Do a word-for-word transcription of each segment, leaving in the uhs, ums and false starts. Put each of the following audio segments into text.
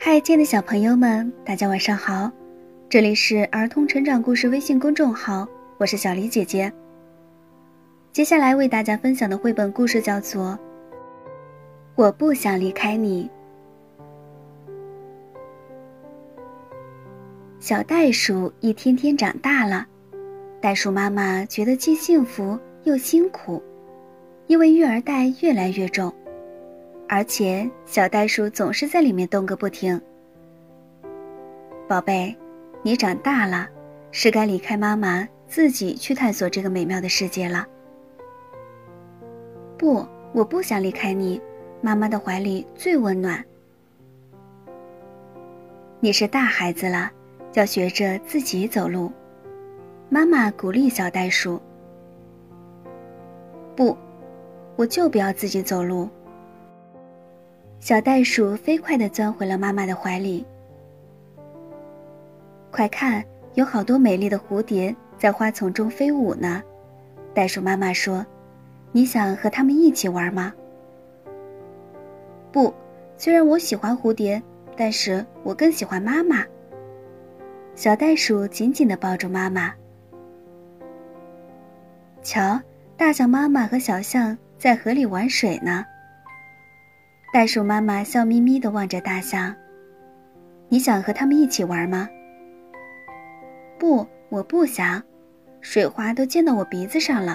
嗨，亲爱的小朋友们，大家晚上好，这里是儿童成长故事微信公众号，我是小黎姐姐。接下来为大家分享的绘本故事叫做我不想离开你。小袋鼠一天天长大了，袋鼠妈妈觉得既幸福又辛苦，因为育儿袋越来越重，而且小袋鼠总是在里面动个不停。宝贝，你长大了，是该离开妈妈，自己去探索这个美妙的世界了。不，我不想离开你，妈妈的怀里最温暖。你是大孩子了，要学着自己走路。妈妈鼓励小袋鼠。不，我就不要自己走路。小袋鼠飞快地钻回了妈妈的怀里。快看，有好多美丽的蝴蝶在花丛中飞舞呢。袋鼠妈妈说，你想和它们一起玩吗？不，虽然我喜欢蝴蝶，但是我更喜欢妈妈。小袋鼠紧紧地抱住妈妈。瞧，大象妈妈和小象在河里玩水呢。袋鼠妈妈笑眯眯地望着大象，你想和他们一起玩吗？不，我不想，水花都溅到我鼻子上了。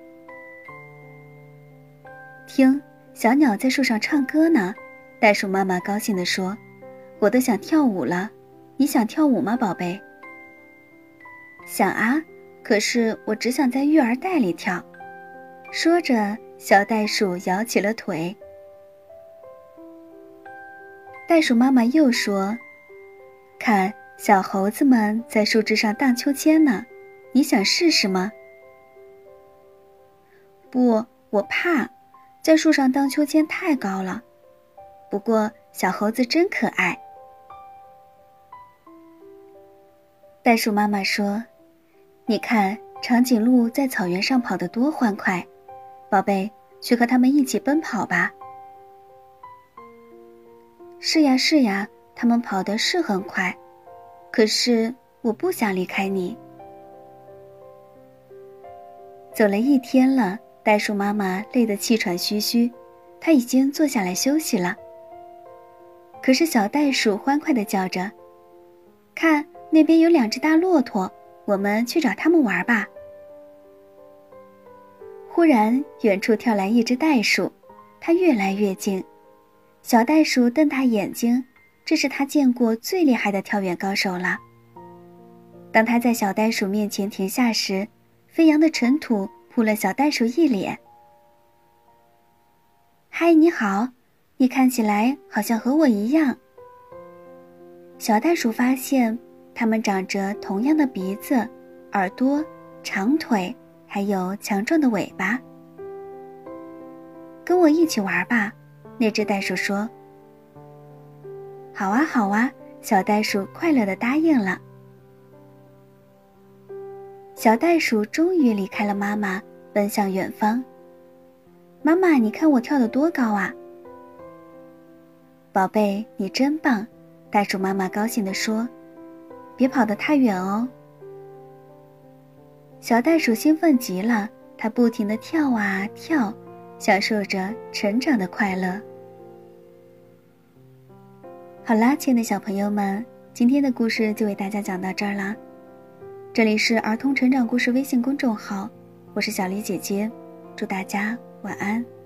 听，小鸟在树上唱歌呢。袋鼠妈妈高兴地说，我都想跳舞了，你想跳舞吗，宝贝？想啊，可是我只想在育儿袋里跳。说着，小袋鼠摇起了腿。袋鼠妈妈又说，看，小猴子们在树枝上荡秋千呢，你想试试吗？不，我怕，在树上荡秋千太高了。不过小猴子真可爱。袋鼠妈妈说，你看长颈鹿在草原上跑得多欢快，宝贝，去和它们一起奔跑吧。是呀是呀，它们跑得是很快，可是我不想离开你。走了一天了，袋鼠妈妈累得气喘吁吁，她已经坐下来休息了。可是小袋鼠欢快地叫着，看，那边有两只大骆驼，我们去找它们玩吧。忽然远处跳来一只袋鼠，它越来越近。小袋鼠瞪大眼睛，这是它见过最厉害的跳远高手了。当它在小袋鼠面前停下时，飞扬的尘土扑了小袋鼠一脸。嗨，你好，你看起来好像和我一样。小袋鼠发现它们长着同样的鼻子、耳朵、长腿，还有强壮的尾巴。跟我一起玩吧，那只袋鼠说。好啊好啊，小袋鼠快乐地答应了。小袋鼠终于离开了妈妈，奔向远方。妈妈，你看我跳得多高啊！宝贝，你真棒，袋鼠妈妈高兴地说，别跑得太远哦。小袋鼠兴奋极了，它不停地跳啊跳，享受着成长的快乐。好啦，亲爱的小朋友们，今天的故事就为大家讲到这儿啦。这里是儿童成长故事微信公众号，我是小黎姐姐，祝大家晚安。